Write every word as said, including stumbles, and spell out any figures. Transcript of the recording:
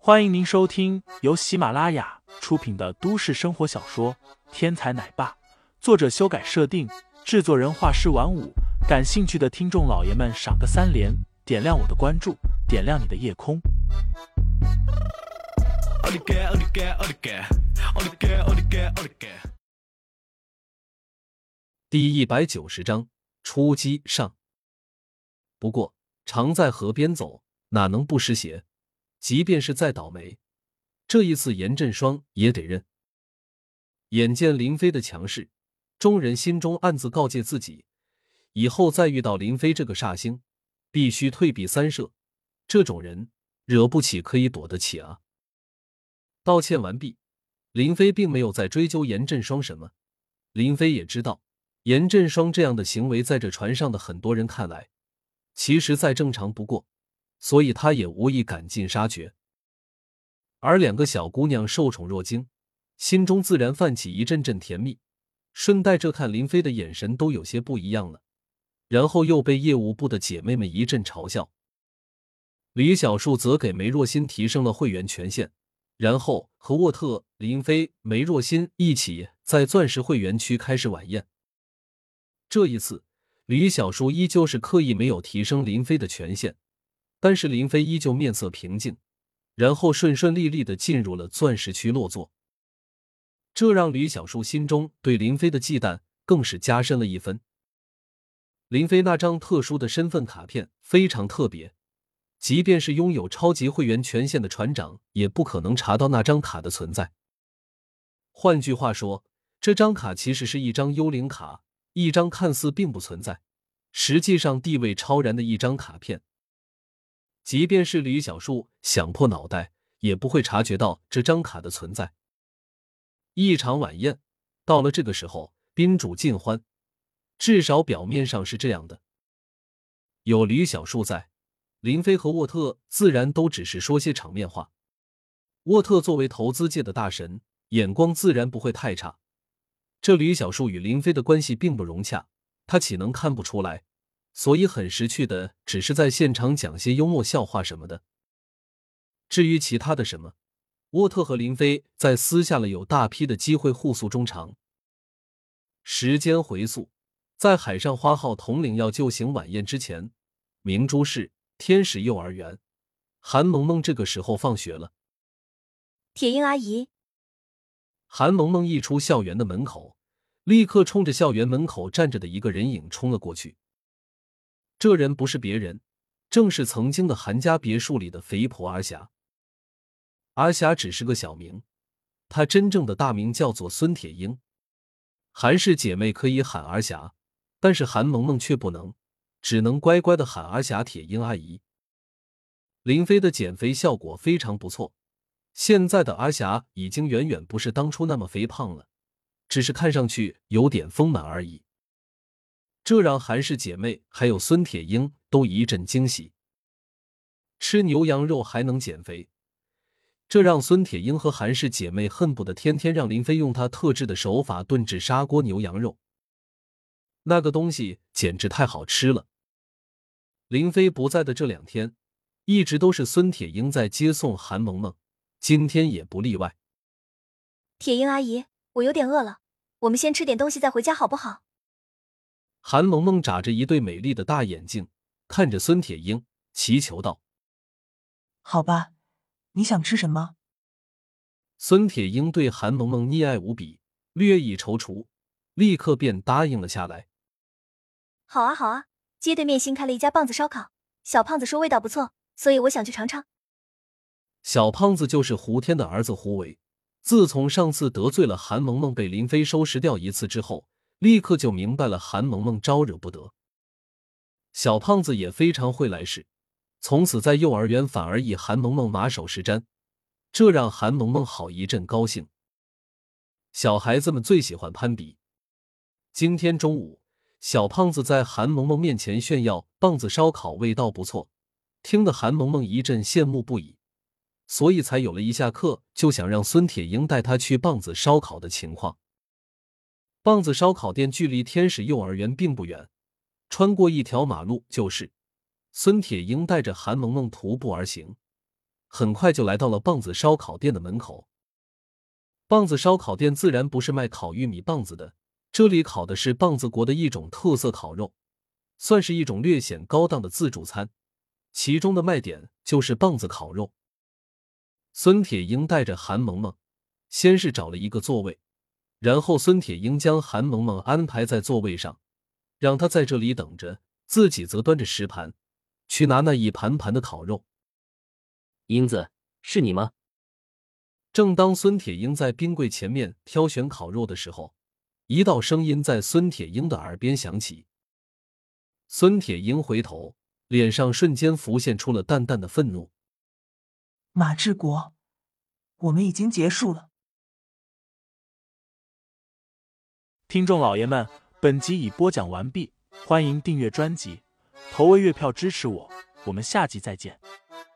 欢迎您收听由喜马拉雅出品的都市生活小说《天才奶爸》，作者修改设定，制作人画师晚舞。感兴趣的听众老爷们赏个三连，点亮我的关注，点亮你的夜空。 第一百九十章出击上。不过常在河边走，哪能不湿鞋？即便是再倒霉，这一次严振双也得认。眼见林飞的强势，众人心中暗自告诫自己，以后再遇到林飞这个煞星，必须退避三舍。这种人惹不起可以躲得起啊。道歉完毕，林飞并没有再追究严振双什么。林飞也知道严振双这样的行为在这船上的很多人看来其实再正常不过，所以他也无意赶尽杀绝。而两个小姑娘受宠若惊，心中自然泛起一阵阵甜蜜，顺带着看林飞的眼神都有些不一样了，然后又被业务部的姐妹们一阵嘲笑。李小树则给梅若欣提升了会员权限，然后和沃特、林飞、梅若欣一起在钻石会员区开始晚宴。这一次李小树依旧是刻意没有提升林飞的权限，但是林飞依旧面色平静，然后顺顺利利地进入了钻石区落座。这让李小树心中对林飞的忌惮更是加深了一分。林飞那张特殊的身份卡片非常特别，即便是拥有超级会员权限的船长也不可能查到那张卡的存在。换句话说，这张卡其实是一张幽灵卡，一张看似并不存在，实际上地位超然的一张卡片。即便是李小树想破脑袋也不会察觉到这张卡的存在。一场晚宴到了这个时候宾主尽欢，至少表面上是这样的。有李小树在，林飞和沃特自然都只是说些场面话。沃特作为投资界的大神，眼光自然不会太差。这李小树与林飞的关系并不融洽，他岂能看不出来，所以很识趣的只是在现场讲些幽默笑话什么的。至于其他的什么，沃特和林飞在私下了有大批的机会互诉衷肠。时间回溯，在海上花号统领要就行晚宴之前，明珠市天使幼儿园，韩萌萌这个时候放学了。 铁英阿姨。 韩萌萌一出校园的门口，立刻冲着校园门口站着的一个人影冲了过去。这人不是别人，正是曾经的韩家别墅里的肥婆阿霞。阿霞只是个小名，她真正的大名叫做孙铁英。韩氏姐妹可以喊阿霞，但是韩萌萌却不能，只能乖乖的喊阿霞铁英阿姨。林飞的减肥效果非常不错，现在的阿霞已经远远不是当初那么肥胖了，只是看上去有点丰满而已。这让韩氏姐妹还有孙铁英都一阵惊喜。吃牛羊肉还能减肥，这让孙铁英和韩氏姐妹恨不得天天让林飞用他特制的手法炖制砂锅牛羊肉。那个东西简直太好吃了。林飞不在的这两天，一直都是孙铁英在接送韩萌萌，今天也不例外。 铁英阿姨，我有点饿了，我们先吃点东西再回家好不好？ 韩萌萌眨着一对美丽的大眼睛，看着孙铁英，祈求道： 好吧，你想吃什么？ 孙铁英对韩萌萌溺爱无比，略一踌躇，立刻便答应了下来。 好啊好啊，街对面新开了一家棒子烧烤，小胖子说味道不错，所以我想去尝尝。 小胖子就是胡天的儿子胡伟，自从上次得罪了韩萌萌被林飞收拾掉一次之后，立刻就明白了韩萌萌招惹不得。小胖子也非常会来事，从此在幼儿园反而以韩萌萌马首是瞻，这让韩萌萌好一阵高兴。小孩子们最喜欢攀比。今天中午，小胖子在韩萌萌面前炫耀棒子烧烤味道不错，听得韩萌萌一阵羡慕不已，所以才有了一下课就想让孙铁英带他去棒子烧烤的情况。棒子烧烤店距离天使幼儿园并不远，穿过一条马路就是。孙铁英带着韩萌萌徒步而行， 很快就来到了棒子烧烤店的门口。棒子烧烤店自然不是卖烤玉米棒子的，这里烤的是棒子国的一种特色烤肉，算是一种略显高档的自助餐，其中的卖点就是棒子烤肉。孙铁英带着韩萌萌先是找了一个座位，然后孙铁英将韩萌萌安排在座位上，让她在这里等着，自己则端着食盘去拿那一盘盘的烤肉。 英子，是你吗？ 正当孙铁英在冰柜前面挑选烤肉的时候，一道声音在孙铁英的耳边响起。孙铁英回头，脸上瞬间浮现出了淡淡的愤怒。 马志国，我们已经结束了。 听众老爷们，本集已播讲完毕，欢迎订阅专辑，投喂月票支持我，我们下集再见。